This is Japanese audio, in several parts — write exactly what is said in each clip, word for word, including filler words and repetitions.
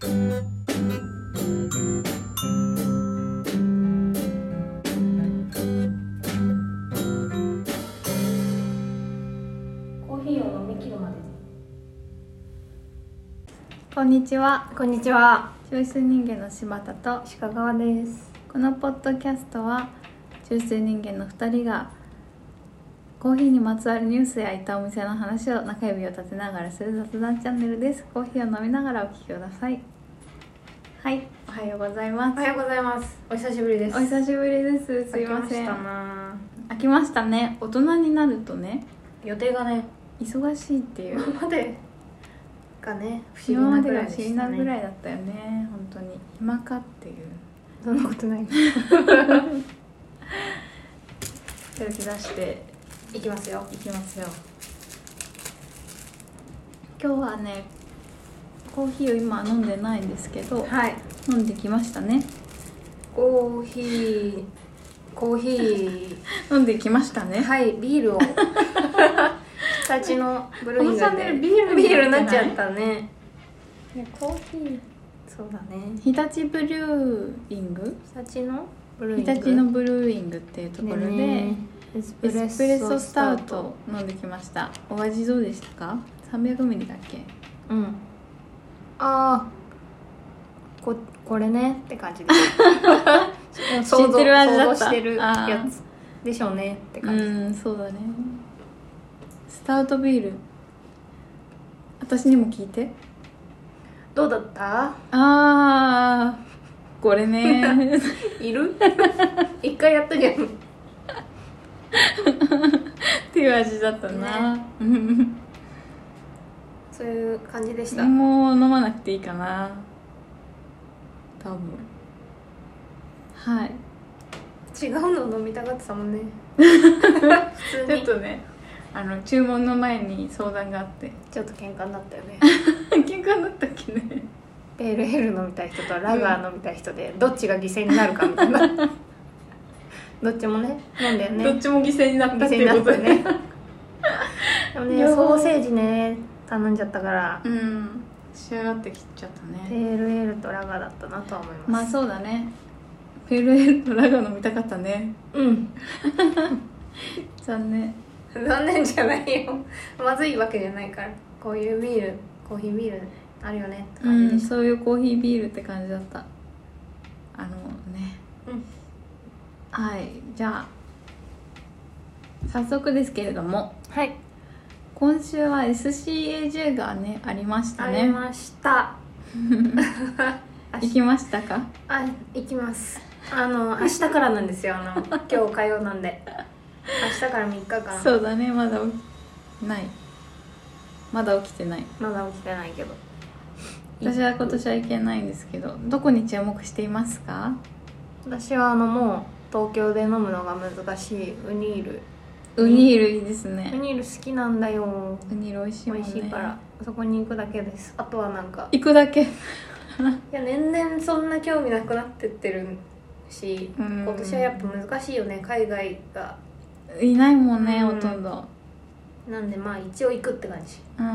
こんにちは。 こんにちは。 中枢人間の柴田と鹿川です。 このポッドキャストは中枢人間のふたりがコーヒーにまつわるニュースや行ったお店の話を中指を立てながらする雑談チャンネルです。コーヒーを飲みながらお聞きください。はい、おはようございます。 おはようございます。お久しぶりです。 お久しぶりです。すいません。飽きましたね。大人になるとね、 予定がね忙しいっていう。 今までがね不思議なぐらいでしたね。 今までが不思議なぐらいだったよね。本当に暇かっていう。 そんなことない。 手を出していきますよ。 いきますよ。今日はね、コーヒーを今飲んでないんですけど、 はい。 飲んできましたね。 コーヒーコーヒー飲んできましたね。 はい、ビールを日立のブルーイングでこのチャンネルビールビールになっちゃったね。 いやコーヒーそうだね。 日立ブルーイング日立のブルーイング日立のブルーイングっていうところで、 ねエスプエスプレッソスタウト飲んできました。お味どうでしたか？ さんびゃくミリ だっけ？ うん。ああ、ここれねって感じです知ってる味だった。 想像してるやつでしょうねって感じ。 うん、そうだね。スタウトビール、私にも聞いて。 どうだった？ あー、これね。 いる？一回やったじゃん。 っていう味だったな。ね、 そういう感じでした。 もう飲まなくていいかな。多分。はい。 違うの飲みたがってたもんね。普通にちょっとね、あの注文の前に相談があって、 ちょっと喧嘩になったよね。 喧嘩になったっけね。 ペールエール飲みたい人とラガー飲みたい人で、どっちが犠牲になるかみたいな。どっちもね飲んだよね。 どっちも犠牲になったっていうことでね。 でもね、ソーセージね頼んじゃったから、 うん、仕上がってきちゃったペね。 ールエールとラガーだったなとは思います。 まあそうだね。ペールエールとラガー飲みたかったね。 うん。 残念。 残念じゃないよ。まずいわけじゃないから。こういうビール、コーヒービールあるよねって感じでした。 うん、そういうコーヒービールって感じだった。あのね。 うん。 はい、じゃあ早速ですけれども、 はい。 今週は エスシーエージェー がねありましたね。 ありました。 行きましたか？ あ、行きます。あの明日からなんですよ。あの今日火曜なんで。明日からみっかかん。 そうだね、まだ起きない。まだ起きてない。 まだ起きてないけど。 私は今年は行けないんですけど、どこに注目していますか？ 私はあのもう東京で飲むのが難しいウニール。 ウニールいいですね。 ウニール好きなんだよ。 ウニール美味しいもんね。 美味しいからそこに行くだけです。あとはなんか行くだけ。 いや年々そんな興味なくなってってるし、 うん今年はやっぱ難しいよね、海外がいないもんね、 うんほとんど。 なんでまあ一応行くって感じ。 うん、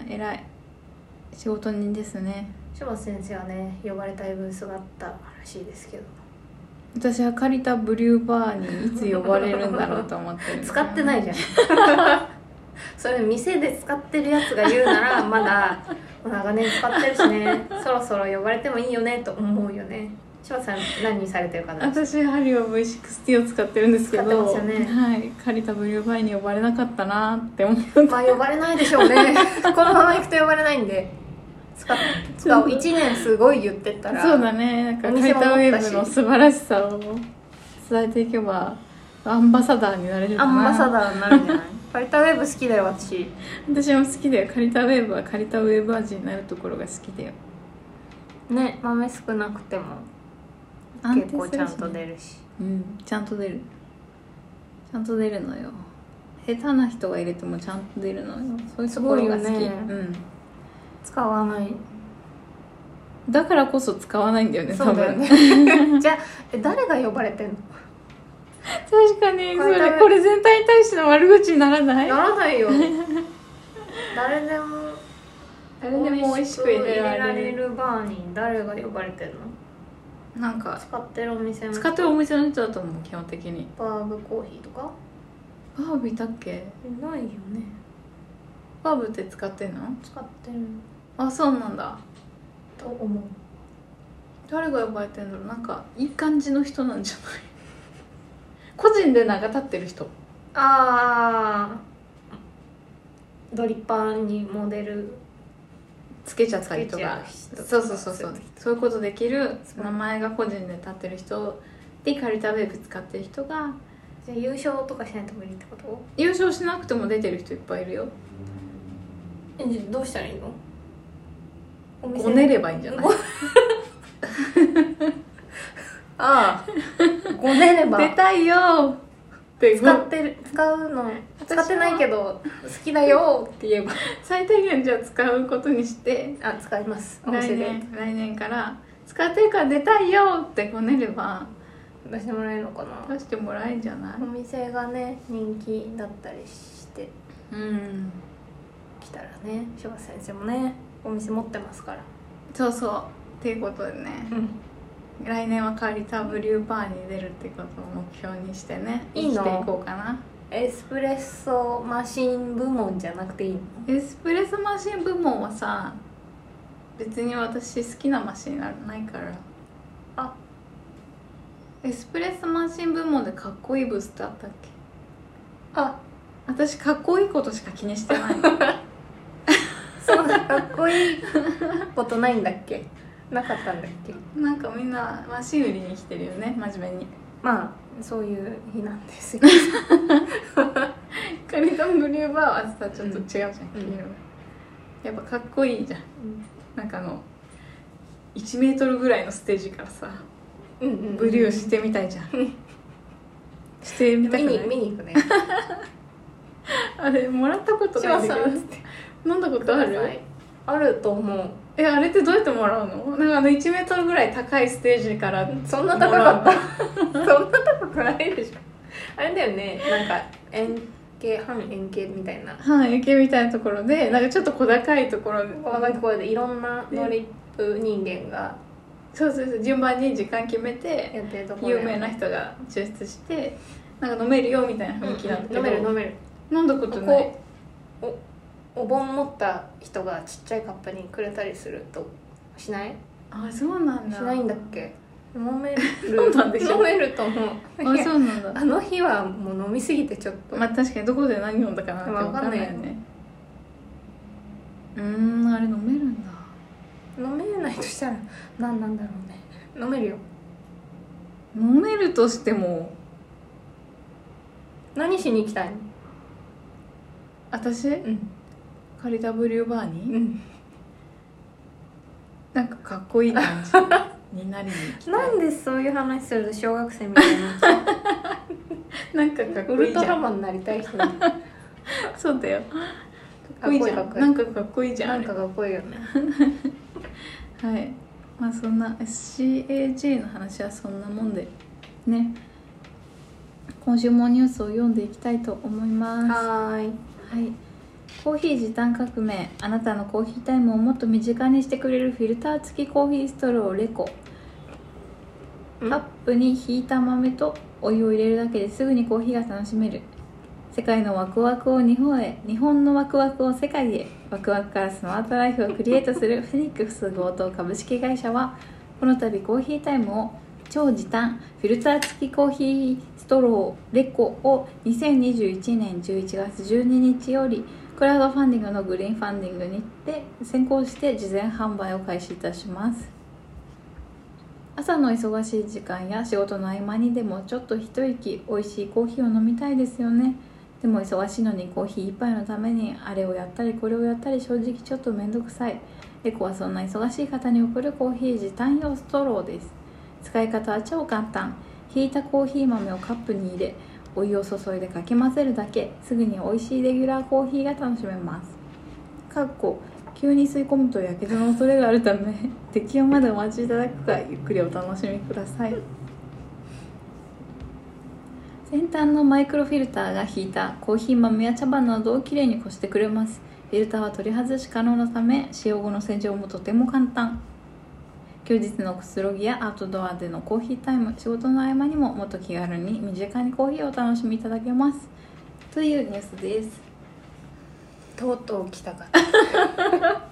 偉い。仕事人ですね。 柴田先生はね呼ばれたいブースがあったらしいですけど、 私は借りたブリューバーにいつ呼ばれるんだろうと思ってる。 使ってないじゃん。それ店で使ってるやつが言うならまだ長年使ってるしね、そろそろ呼ばれてもいいよねと思うよね。柴田さん何されてるかな。 私ハリオ ブイシックスティー を使ってるんですけど、 使ってますよね。 はい、借りたブリューバーに呼ばれなかったなって思って。 まあ呼ばれないでしょうね。このまま行くと呼ばれないんで使っ使おう。いちねんすごい言ってったら。 そうだね、なんかカリタウェーブの素晴らしさを伝えていけばアンバサダーになれるかな。 アンバサダーになるんじゃない？カリタウェーブ好きだよ私。 私も好きだよ。カリタウェーブはカリタウェーブ味になるところが好きだよね。豆少なくても結構ちゃんと出るし、 うん、ちゃんと出るちゃんと出るのよ。下手な人が入れてもちゃんと出るのよ。そういうところが好き、 すごいよね。 うん、 使わない。 だからこそ使わないんだよね、 そうだよね。じゃあえ誰が呼ばれてんの？ 確かにそれこれ全体に対しての悪口にならない？ ならないよ。誰でも誰でも美味しく入れられる美味しく入れられるバーに誰が呼ばれてんの？ なんか使ってるお店の人？ 使ってるお店の人だと思う。基本的にバーブコーヒーとかバーブいたっけ？ ないよね。 バーブって使ってんの？ 使ってるあ、そうなんだ。 と思う。 誰が呼ばれてんだろう。なんかいい感じの人なんじゃない？個人で名が立ってる人。 ああドリッパーにモデルつけちゃったりとか、そうそうそうそう、そういうことできるそう名前が個人で立ってる人で、カルタウェーブ使ってる人が。 じゃあ優勝とかしないと無理ってこと？ 優勝しなくても出てる人いっぱいいるよ。 え、じゃあどうしたらいいの？お店ごねればいいんじゃない？ ああごねれば出たいよって使ってる使うの使ってないけど好きだよって言えば最低限じゃあ使うことにして、 あ使いますお来店で年来年から使ってるから出たいよってごねれば出してもらえるのかな。 出してもらえるんじゃない？ お店がね人気だったりしてうん来たらね、柴田先生もねお店持ってますから。 そうそうっていうことでね、 うん、 来年はカリタブリューバーに出るってことを目標にしてね、 いいの？ 生きていこうかな。 エスプレッソマシン部門じゃなくていいの？ エスプレッソマシン部門はさ、別に私好きなマシンないから。 あ、 エスプレッソマシン部門でかっこいいブースってあったっけ？ あ、 私かっこいいことしか気にしてないそんなかっこいいことないんだっけ？なかったんだっけ？ なんかみんなマシン売りに来てるよね、真面目に。 まあそういう日なんですよカリタブリューバーはさちょっと違うじゃん、 うん、 やっぱかっこいいじゃん、うん、なんかあのいちメートルぐらいのステージからさ、 うんうんうん、 ブリューしてみたいじゃんしてみたくない？ 見に見に行くねあれもらったことないんだけど飲んだことある？ あると思う。 え、あれってどうやってもらうの？なんかあのいちメートルぐらい高いステージからそんな高かったそんな高くないでしょ。あれだよね、なんか円形半円形みたいな半円形みたいなところで、なんかちょっと小高いところで小高いところでいろんなノリップ人間がそうそうそう順番に時間決めてやってるところ、 有名な人が抽出してなんか飲めるよみたいな雰囲気なんだけど、 うんうん、飲める飲める。 飲んだことない。 おお盆持った人がちっちゃいカップにくれたりするとしない？ あ、そうなんだ。 しないんだっけ？飲めるそうなんでしょ。 飲めると思う。 あ、そうなんだ。 あの日はもう飲みすぎてちょっとまあ確かにどこで何飲んだかなって分かんないよね。うーん、あれ飲めるんだ。 飲めないとしたら何なんだろうね。飲めるよ。 飲めるとしても何しに行きたいの？ 私、うん、カリタブリューバーに、うん、なんかかっこいい感じになりに行きたい。 なんでそういう話すると小学生みたいになっちゃうなんかかっこいいじゃん。 ウルトラマンになりたい人そうだよ。かっこいいじゃん。なんかかっこいいじゃん。 なんかかっこいいよねはい、まあそんな エスシーエージー の話はそんなもんでね、今週もニュースを読んでいきたいと思います。 はーい。 はい、コーヒー時短革命、あなたのコーヒータイムをもっと身近にしてくれるフィルター付きコーヒーストローレコ。カップにひいた豆とお湯を入れるだけですぐにコーヒーが楽しめる。世界のワクワクを日本へ、日本のワクワクを世界へ。ワクワクからスマートライフをクリエイトするフェニックス合同株式会社は、この度コーヒータイムを超時短フィルター付きコーヒーストローレコをにせんにじゅういちねんじゅういちがつじゅうににちよりクラウドファンディングのグリーンファンディングにて先行して事前販売を開始いたします。朝の忙しい時間や仕事の合間にでもちょっと一息美味しいコーヒーを飲みたいですよね。でも忙しいのにコーヒー一杯のためにあれをやったりこれをやったり正直ちょっとめんどくさい。レコはそんな忙しい方に送るコーヒー時短用ストローです。使い方は超簡単。ひいたコーヒー豆をカップに入れお湯を注いでかき混ぜるだけ。すぐに美味しいレギュラーコーヒーが楽しめます。かっこ急に吸い込むとやけどの恐れがあるため適用までお待ちいただくかゆっくりお楽しみください。先端のマイクロフィルターが引いたコーヒー豆や茶葉などをきれいにこしてくれます。 フィルターは取り外し可能なため使用後の洗浄もとても簡単。休日のくつろぎやアウトドアでのコーヒータイム、仕事の合間にももっと気軽に身近にコーヒーをお楽しみいただけますというニュースです。 とうとう来たか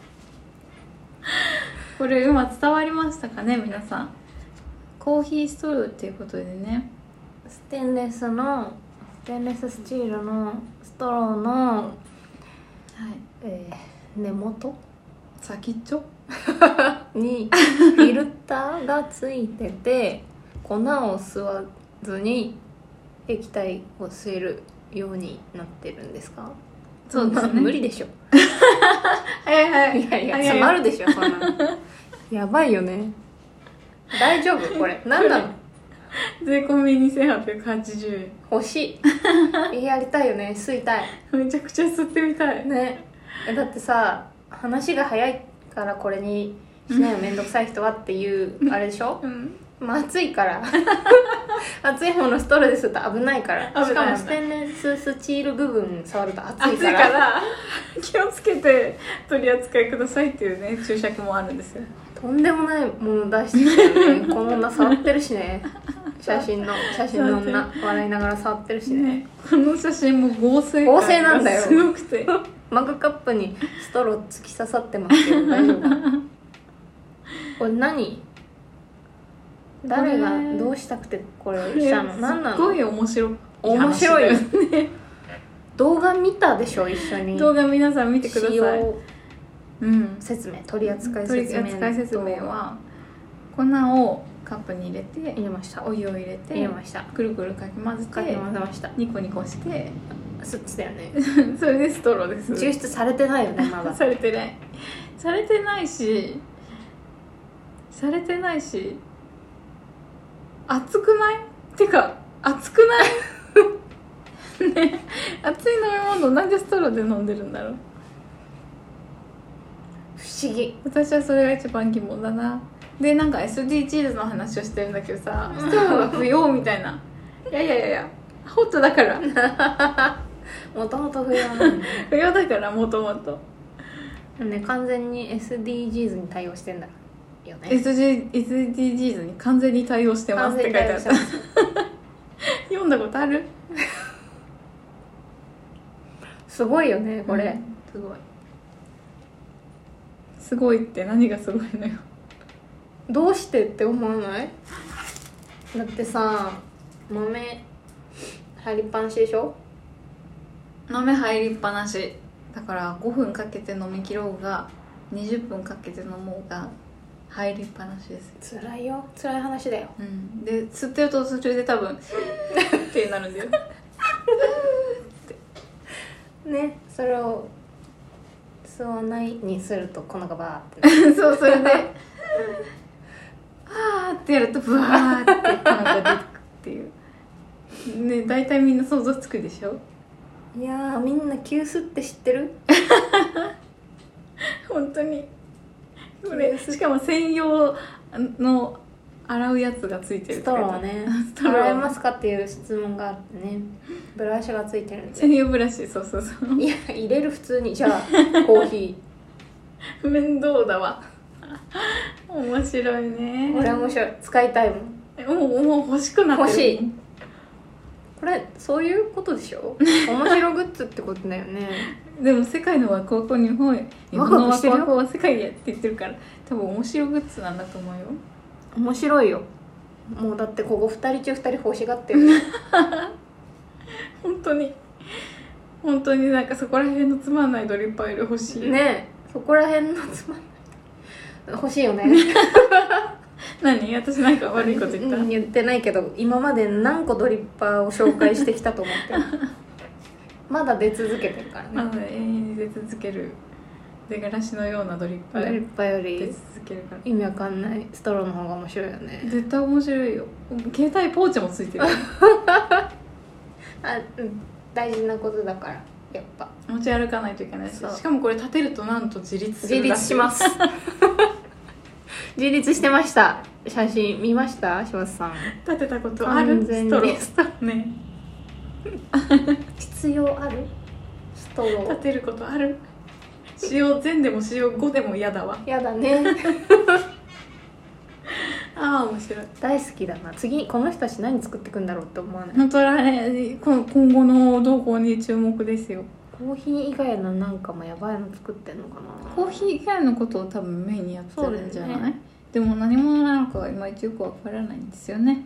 これ今伝わりましたかね皆さん。コーヒーストローっていうことでね、 ステンレスのステンレススチールのストローの、 はいえー、根元先っちょにフィルターがついてて粉を吸わずに液体を吸えるようになってるんですか？ そうですね無理でしょはいはいいやいやはい詰まるでしょそんなやばいよね。大丈夫これ何なの？ 税込みにせんはっぴゃくはちじゅうえん。 欲しいやりたいよね、吸いたいめちゃくちゃ吸ってみたいね。えだってさ、話が早いからこれにしないのめんどくさい人はっていうあれでしょ、 うんまあ、熱いから熱いものストローですると危ないから。 危ないしかもステンレススチール部分触ると熱い暑いかからら気をつけて取り扱いくださいっていうね注釈もあるんですよ。 とんでもないもの出してきたよねこの女触ってるしね。写真の写真の女笑いながら触ってるしね。 ね、この写真も合成合成なんだよすごくてマグカップにストロー突き刺さってますけど大丈夫これ何？誰がどうしたくてこれをしたの？何なの？ すごい面白い面白いよね動画見たでしょ一緒に。 動画皆さん見てください。 使用うん説明取り扱い取説明り扱い説明は粉をカップに入れて入れましたお湯を入れて入れましたくるくるかき混ぜかきて混ぜました。 ニコニコして吸ってたよねそれでストローです抽出されてないよねまだされてないされてないしされてないし熱くない？てか熱くないね、熱い飲み物なんでストローで飲んでるんだろう。 不思議。 私はそれが一番疑問だな。でなんか エスディージーズ の話をしてるんだけどさ、ストローが不要みたいな。いやいやいやいやホットだからもともと不要なんだ不要だからもともとね。完全に エスディージーズ に対応してんだよね。 エスディージーズ に完全に対応してますって書いてあった。読んだことある？ すごいよねこれ、 うん、すごいすごいって何がすごいのよ。 どうしてって思わない？だってさ豆入りっぱなしでしょ。 豆入りっぱなしだからごふんかけて飲み切ろうがにじゅっぷんかけて飲もうが入りっぱなしです。 辛いよ、辛い話だよ。 うんで吸ってると途中で多分ってなるんだよね、それを吸わないにすると粉がバーってなるそうそれであーってやるとブワーって粉が出てくっていうね。大体みんな想像つくでしょ。 いやーみんな急須って知ってる？ 本当にこれしかも専用の洗うやつがついてる。 ストローねストロー洗えますかっていう質問があってね、ブラシがついてるんで。 専用ブラシ。そうそうそういや入れる普通に。じゃあコーヒ面倒だわ面白いーね。 これ面白い、使いたいもん。 もうもう欲しくなってる。 欲しい。これそういうことでしょ面白グッズってことだよねでも世界のワクワクを日本へ、日本のワクワクは世界へって言ってるから多分面白グッズなんだと思うよ。 面白いよ。もうだってここふたり中ふたり欲しがってる本当に本当になんかそこら辺のつまんないドリッパーより欲しいねえ、そこら辺のつまんない欲しいよね何？私なんか悪いこと言った？ うん、言ってないけど今まで何個ドリッパーを紹介してきたと思ってるまだ出続けてるからね。 まだ永遠に出続ける出がらしのようなドリッパードリッパーよ出り続けるから意味わかんないストローの方が面白いよね。 絶対面白いよ。携帯ポーチもついてるあ、うん、大事なことだからやっぱ持ち歩かないといけないし、 そうしかもこれ立てるとなんと自立す自るらしい。 立します自立してました。写真見ました？柴田さん立てたことある？ 完全にストローね必要あるストロー立てることある？ 塩全でも塩ごでも嫌だわ。 やだね。 ああ面白い。 大好きだな。次この人たち何作ってくんだろうって思わない？ 本当だね。今後の動向に注目ですよ。 コーヒー以外のなんかもやばいの作ってんのかな。 コーヒー以外のことを多分メインにやってるんじゃない？ そうだよね。 でも何者なのかはいまいちよくわからないんですよね。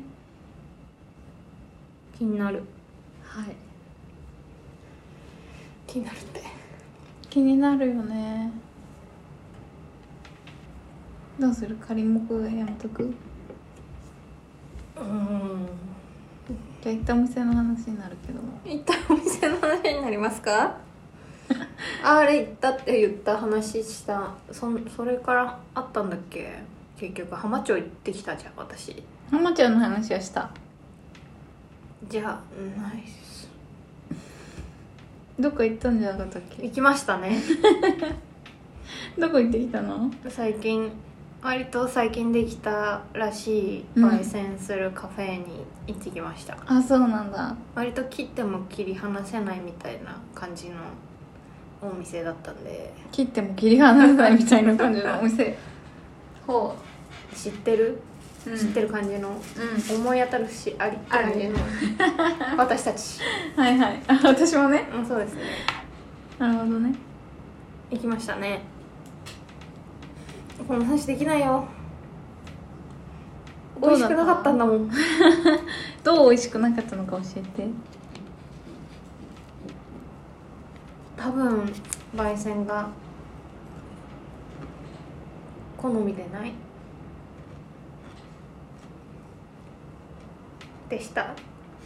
気になる。 はい気になるって気になるよね。どうする？仮目やめとく？ うん。 じゃあ行ったお店の話になるけども、 行ったお店の話になりますか？あれ行ったって言った話した。そそれからあったんだっけ？結局浜町行ってきたじゃん私。 浜ちゃんの話はした。 じゃあナイス。 どっか行ったんじゃなかったっけ？ 行きましたね。 どこ行ってきたの？ 最近割と最近できたらしい焙煎するカフェに行ってきました、 あ、そうなんだ。 割と切っても切り離せないみたいな感じのお店だったんで。 切っても切り離せないみたいな感じのお店。ほ知ってる、 う、 知ってる感じの、 うん思い当たるしありって感じの私たち。 はいはい。あ、私もね。 うんそうですね。 なるほどね。 行きましたね。この話できないよ。美味しくなかったんだもん。 どう美味しくなかったのか教えて。 多分焙煎が好みでないでした。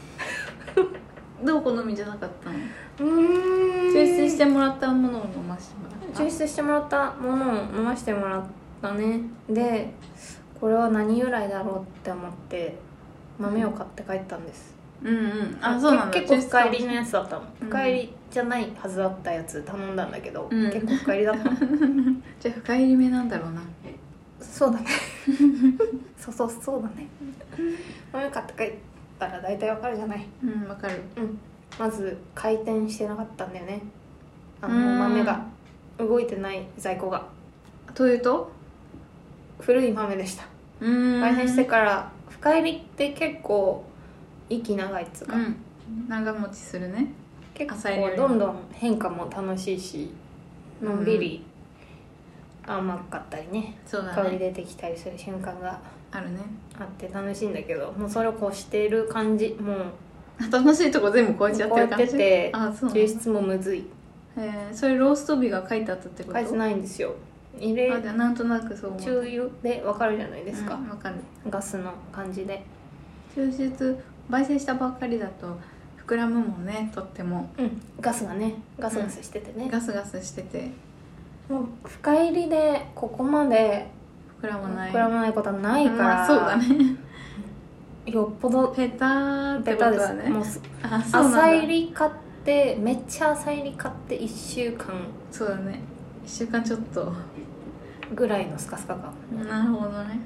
どう好みじゃなかったの？ うーん抽出してもらったものを飲ませてもらった。 抽出してもらったものを飲ませてもらったね。でこれは何由来だろうって思って豆を買って帰ったんです、 うんうん。あ、そうなんだ。 結構深入りのやつだったの、 うん深入りじゃないはずだったやつ頼んだんだけど、 うん結構深入りだったの。 じゃあ深入り目なんだろうな。 そうだね。そうそうそうだね。豆買って帰ったら大体わかるじゃない。 うん、わかる。 うんまず回転してなかったんだよね。あのうん豆が動いてない在庫が。 というと？ 古い豆でした。 うーん。 焙煎してから深入りって結構息長いっつうか、 うん。長持ちするね。 結浅いよりも構どんどん変化も楽しいしのんびり甘かったりね、 そうだね。 香り出てきたりする瞬間があるね。 あって楽しいんだけど、もうそれをこうしてる感じ、もう楽しいとこ全部こうやってやってる感じ。 こうやっててあ、そうなんだ。 抽出もむずい。 えー、それロースト日が書いてあったってこと？ 書いてないんですよ。入れあ、じゃあなんとなくそう思う。 中油でわかるじゃないですか、 うん、わかる。 ガスの感じで。 抽出焙煎したばっかりだと膨らむもんね、とっても。 うんガスがねガスガスしててね、 ガスガスしててもう深入りでここまで膨らまない。 膨らまないことはないから、 まあ、そうだね。 よっぽどペターってベタですことだね。 もうすあ、そうなんだ。 浅入り買ってめっちゃ浅入り買っていっしゅうかんそうだね。いっしゅうかんちょっと。 ぐらいのスカスカ感、 なるほどね。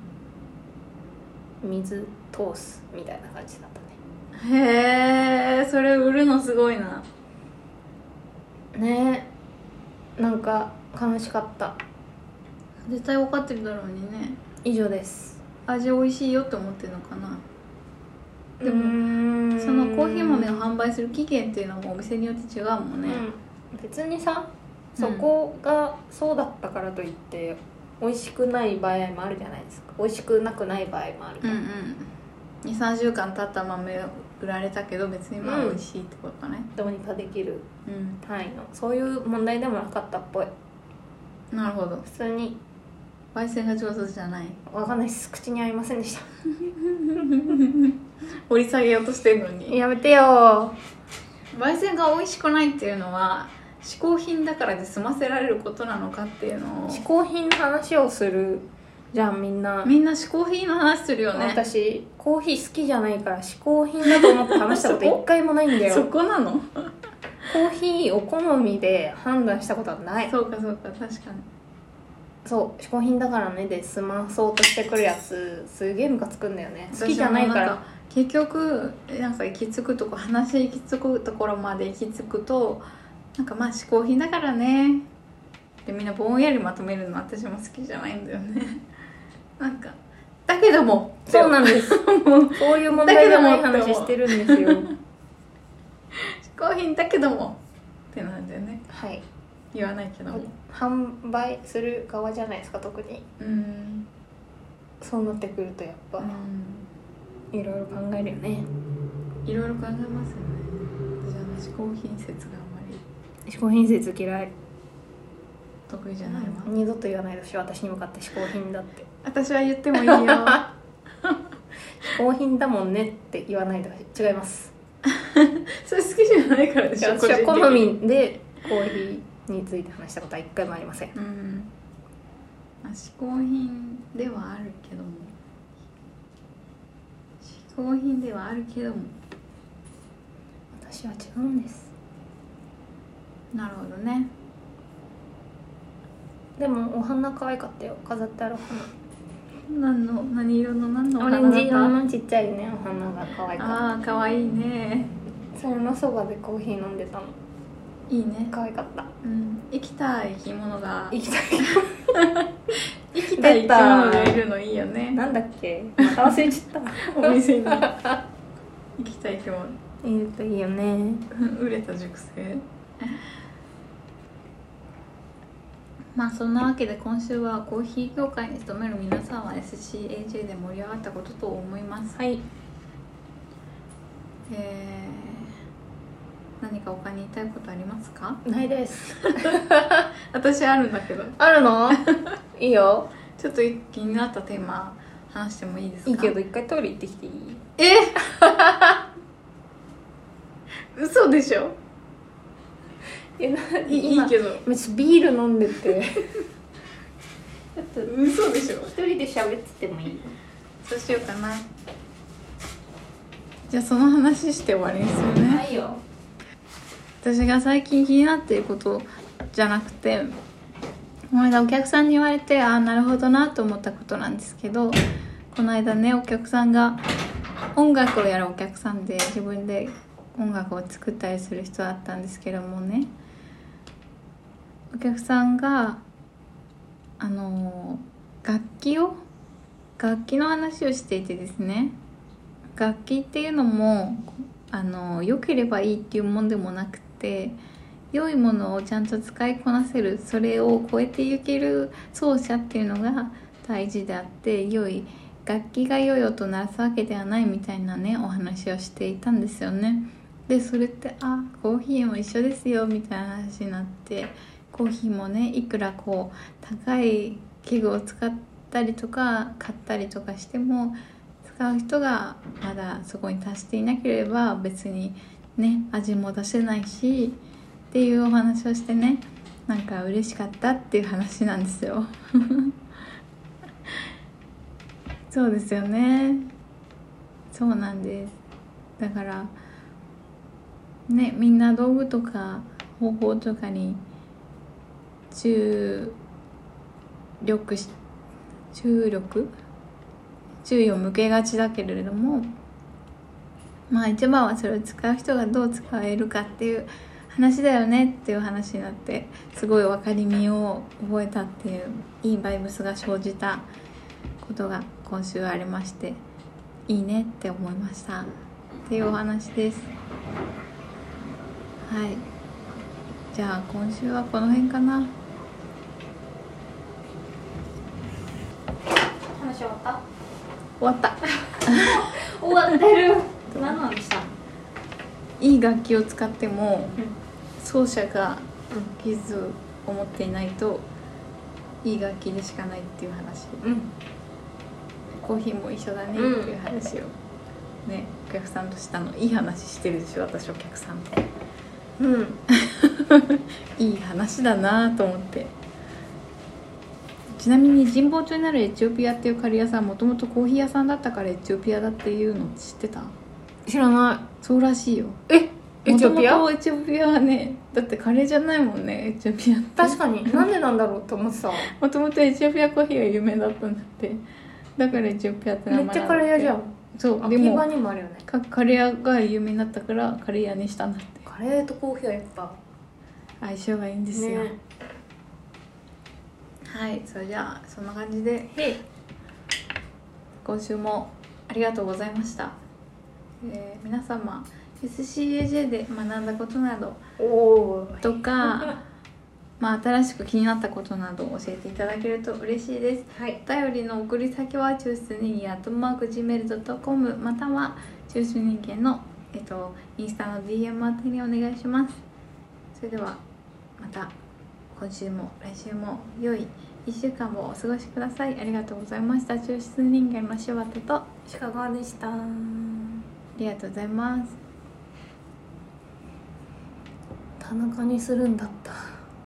水通すみたいな感じだったへえ、それ売るのすごいな。 ね。ねえなんか悲しかった。 絶対分かってるだろうにね。 以上です。 味美味しいよって思ってるのかな。でももそのコーヒー豆を販売する期限っていうのもお店によって違うもんね。 うん、別にさそこがそうだったからといって美味しくない場合もあるじゃないですか。美味しくなくない場合もあるから、 うんうん。にさんしゅうかん経った豆を売られたけど別にまあうん美味しいってことね。 どうにかできるうん、 範囲のそういう問題でもなかったっぽい。 なるほど。 普通に焙煎が上手じゃない。 わかんないです。口に合いませんでした。 掘り下げようとしてるのに。 やめてよ。 焙煎が美味しくないっていうのは嗜好品だからで済ませられることなのかっていうのを。 嗜好品の話をするじゃんみんな。 みんな嗜好品の話するよね。 私コーヒー好きじゃないから嗜好品だと思って話したこと一回もないんだよ。 そこなの？ コーヒーを好みで判断したことはない。 そうかそうか、確かに。 そう嗜好品だからねで済まそうとしてくるやつすげえムカつくんだよね。好きじゃないから。 私もんか結局なんか行き着くとこ話行き着くところまで行き着くとなんかまあ嗜好品だからねでみんなぼんやりまとめるの私も好きじゃないんだよねなんかだけどもそうなんですそういう問題じゃない話してるんですよ嗜好品だけどもってなんだよね。 はい言わないけども販売する側じゃないですか特に。 うんそうなってくるとやっぱ、うん、いろいろ考えるよね。 いろいろ考えますよね。私は嗜好品説があんまり嗜好品説嫌い得意じゃないわ、 うん、二度と言わないでしょ私に向かって嗜好品だって私は言ってもいいよ嗜好品だもんねって言わないでほしい。違いますそれ好きじゃないからでしょ。 私は好みでコーヒーについて話したことは一回もありません。 うん、まあ、嗜好品ではあるけども嗜好品ではあるけども私は違うんです。 なるほどね。 でもお花可愛かったよ。飾ってある花何の何色の何のおオ花だった？ レンジ色のちっちゃいねお花が可愛かった。 ああ可愛いね。 それのそばでコーヒー飲んでたの。 いいね。 可愛かった。 うん。生きた生き物が生きた生きた生き物がいるのいいよね。 なんだっけまた忘れちゃったお店に生きた生き物いるといいよね。 売れた熟成まあそんなわけで今週はコーヒー業界に勤める皆さんは エスシーエージェー で盛り上がったことと思います。 はい。 えー、何か他に言いたいことありますか？ ないです私あるんだけど。 あるのいいよ。 ちょっと気になったテーマ話してもいいですか？ いいけど一回トイレ行ってきていい？ え嘘でしょ？ えいいいけどビール飲んでてちょっと嘘でしょ？ 一人で喋っててもいい？ そうしようかな。じゃあその話して終わりにするね。 はいよ。 私が最近気になっていることじゃなくて、この間お客さんに言われてああなるほどなと思ったことなんですけど、この間ねお客さんが音楽をやるお客さんで自分で音楽を作ったりする人だったんですけどもね、お客さんがあの楽器を楽器の話をしていてですね、楽器っていうのもあの良ければいいっていうもんでもなくて、良いものをちゃんと使いこなせる、それを超えていける奏者っていうのが大事であって、良い楽器が良い音を鳴らすわけではないみたいなねお話をしていたんですよね。でそれってあコーヒーも一緒ですよみたいな話になって、コーヒーもねいくらこう高い器具を使ったりとか買ったりとかしても、使う人がまだそこに達していなければ別にね味も出せないしっていうお話をしてね、なんか嬉しかったっていう話なんですよそうですよね。そうなんです。だからね、みんな道具とか方法とかに注力し注力注意を向けがちだけれども、まあ一番はそれを使う人がどう使えるかっていう話だよねっていう話になって、すごい分かりみを覚えたっていういいバイブスが生じたことが今週ありまして、いいねって思いましたっていうお話です。はい、じゃあ今週はこの辺かな。 話終わった終わった終わってる何の話したの？ いい楽器を使っても、 うん、 奏者が技術を持っていないといい楽器でしかないっていう話、 うん、 コーヒーも一緒だねっていう話を、うん、ねお客さんとしたの。いい話してるでしょ私お客さんと。 うんいい話だなと思って。ちなみに神保町になるエチオピアっていうカレー屋さん、もともとコーヒー屋さんだったからエチオピアだっていうの知ってた？ 知らない。 そうらしいよ。 えエチオピア？ もともとエチオピアはね、だってカレーじゃないもんねエチオピアって。 確かになんでなんだろうと思ってた。 もともとエチオピアコーヒーが有名だったんだって。だからエチオピアって名前なんだって。 めっちゃカレー屋じゃん。 そうでも秋葉にもあるよね。 カレー屋が有名になったからカレー屋にしたんだって。 カレーとコーヒーはやっぱ相性がいいんですよ、 ね、 はい、それじゃあそんな感じでへい今週もありがとうございました、えー、皆様 エスシーエージェー で学んだことなどおーとかまあ新しく気になったことなどを教えていただけると嬉しいです。 はいお便りの送り先は抽出人間アットマーク ジーメールドットコム または抽出人間の、えっと、インスタの ディーエム 宛てにお願いします。それではまた今週も来週も良いいっしゅうかんをお過ごしください。ありがとうございました。抽出人間の柴田とあ鹿川でした。 りがとうございます。 田中にするんだった。